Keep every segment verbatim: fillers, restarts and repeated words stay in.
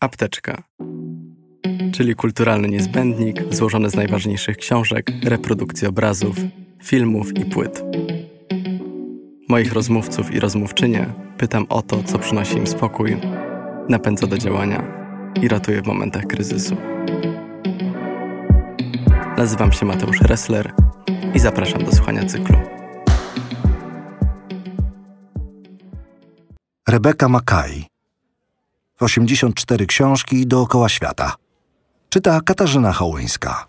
Apteczka, czyli kulturalny niezbędnik złożony z najważniejszych książek, reprodukcji obrazów, filmów i płyt. Moich rozmówców i rozmówczynie pytam o to, co przynosi im spokój, napędza do działania i ratuje w momentach kryzysu. Nazywam się Mateusz Ressler i zapraszam do słuchania cyklu. Rebecca Makkai. osiemdziesiąt cztery książki dookoła świata. Czyta Katarzyna Hołyńska.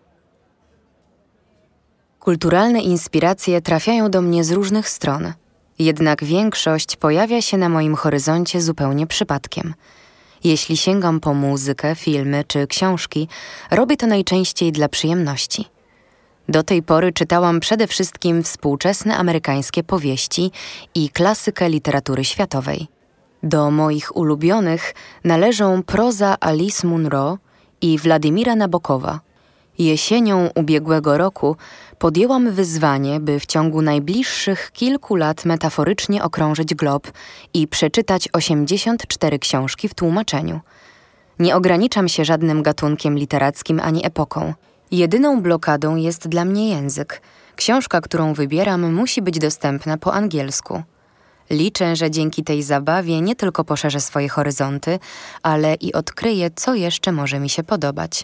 Kulturalne inspiracje trafiają do mnie z różnych stron. Jednak większość pojawia się na moim horyzoncie zupełnie przypadkiem. Jeśli sięgam po muzykę, filmy czy książki, robię to najczęściej dla przyjemności. Do tej pory czytałam przede wszystkim współczesne amerykańskie powieści i klasykę literatury światowej. Do moich ulubionych należą proza Alice Munro i Władimira Nabokowa. Jesienią ubiegłego roku podjęłam wyzwanie, by w ciągu najbliższych kilku lat metaforycznie okrążyć glob i przeczytać osiemdziesiąt cztery książki w tłumaczeniu. Nie ograniczam się żadnym gatunkiem literackim ani epoką. Jedyną blokadą jest dla mnie język. Książka, którą wybieram, musi być dostępna po angielsku. Liczę, że dzięki tej zabawie nie tylko poszerzę swoje horyzonty, ale i odkryję, co jeszcze może mi się podobać.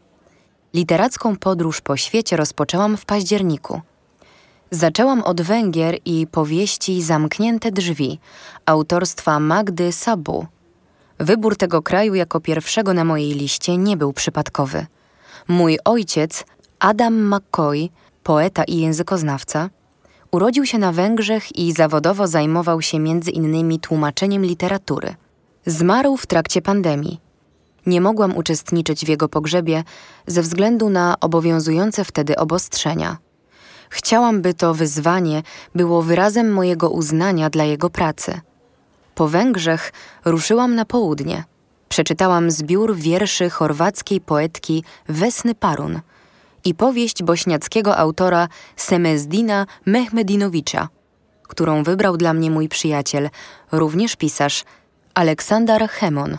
Literacką podróż po świecie rozpoczęłam w październiku. Zaczęłam od Węgier i powieści Zamknięte drzwi, autorstwa Magdy Sabu. Wybór tego kraju jako pierwszego na mojej liście nie był przypadkowy. Mój ojciec, Adam McCoy, poeta i językoznawca, urodził się na Węgrzech i zawodowo zajmował się między innymi tłumaczeniem literatury. Zmarł w trakcie pandemii. Nie mogłam uczestniczyć w jego pogrzebie ze względu na obowiązujące wtedy obostrzenia. Chciałam, by to wyzwanie było wyrazem mojego uznania dla jego pracy. Po Węgrzech ruszyłam na południe. Przeczytałam zbiór wierszy chorwackiej poetki Vesny Parun i powieść bośniackiego autora Semezdina Mehmedinowicza, którą wybrał dla mnie mój przyjaciel, również pisarz, Aleksandar Hemon.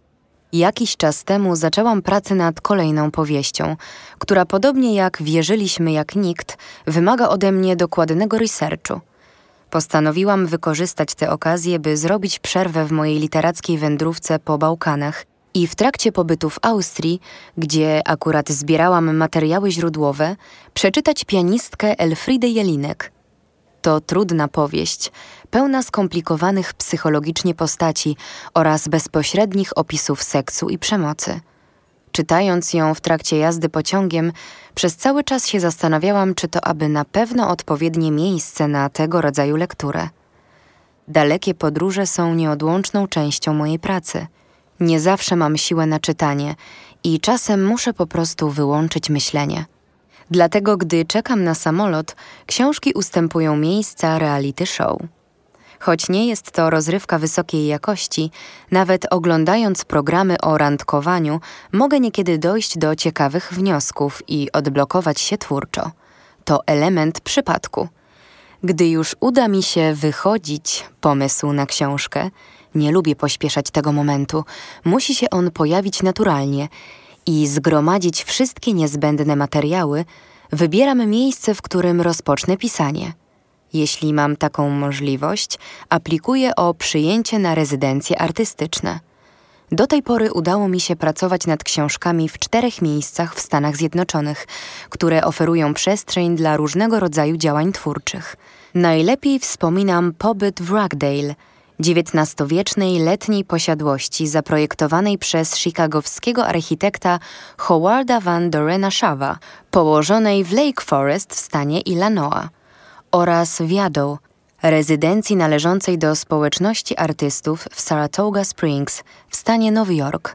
Jakiś czas temu zaczęłam pracę nad kolejną powieścią, która podobnie jak Wierzyliśmy jak nikt, wymaga ode mnie dokładnego researchu. Postanowiłam wykorzystać tę okazję, by zrobić przerwę w mojej literackiej wędrówce po Bałkanach i w trakcie pobytu w Austrii, gdzie akurat zbierałam materiały źródłowe, przeczytać pianistkę Elfriede Jelinek. To trudna powieść, pełna skomplikowanych psychologicznie postaci oraz bezpośrednich opisów seksu i przemocy. Czytając ją w trakcie jazdy pociągiem, przez cały czas się zastanawiałam, czy to aby na pewno odpowiednie miejsce na tego rodzaju lekturę. Dalekie podróże są nieodłączną częścią mojej pracy. Nie zawsze mam siłę na czytanie i czasem muszę po prostu wyłączyć myślenie. Dlatego, gdy czekam na samolot, książki ustępują miejsca reality show. Choć nie jest to rozrywka wysokiej jakości, nawet oglądając programy o randkowaniu, mogę niekiedy dojść do ciekawych wniosków i odblokować się twórczo. To element przypadku. Gdy już uda mi się wychodzić pomysł na książkę, nie lubię pośpieszać tego momentu, musi się on pojawić naturalnie i zgromadzić wszystkie niezbędne materiały, wybieram miejsce, w którym rozpocznę pisanie. Jeśli mam taką możliwość, aplikuję o przyjęcie na rezydencje artystyczne. Do tej pory udało mi się pracować nad książkami w czterech miejscach w Stanach Zjednoczonych, które oferują przestrzeń dla różnego rodzaju działań twórczych. Najlepiej wspominam pobyt w Rockdale, dziewiętnastowiecznej letniej posiadłości zaprojektowanej przez chicagowskiego architekta Howarda Van Dorena Shawa, położonej w Lake Forest w stanie Illinois, oraz Wiadow, rezydencji należącej do społeczności artystów w Saratoga Springs w stanie Nowy Jork.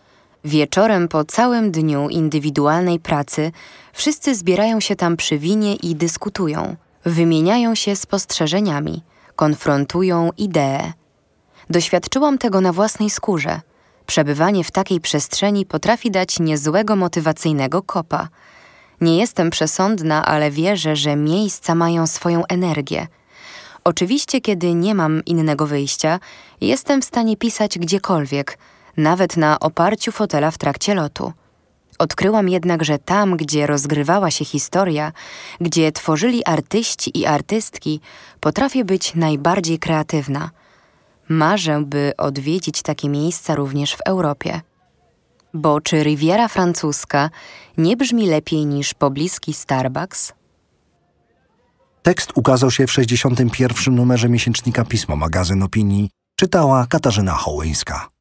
Wieczorem po całym dniu indywidualnej pracy wszyscy zbierają się tam przy winie i dyskutują, wymieniają się spostrzeżeniami, konfrontują idee. Doświadczyłam tego na własnej skórze. Przebywanie w takiej przestrzeni potrafi dać niezłego motywacyjnego kopa. Nie jestem przesądna, ale wierzę, że miejsca mają swoją energię. Oczywiście, kiedy nie mam innego wyjścia, jestem w stanie pisać gdziekolwiek, nawet na oparciu fotela w trakcie lotu. Odkryłam jednak, że tam, gdzie rozgrywała się historia, gdzie tworzyli artyści i artystki, potrafię być najbardziej kreatywna. Marzę, by odwiedzić takie miejsca również w Europie. Bo czy Riviera Francuska nie brzmi lepiej niż pobliski Starbucks? Tekst ukazał się w sześćdziesiątym pierwszym numerze miesięcznika Pismo, magazyn opinii. Czytała Katarzyna Hołyńska.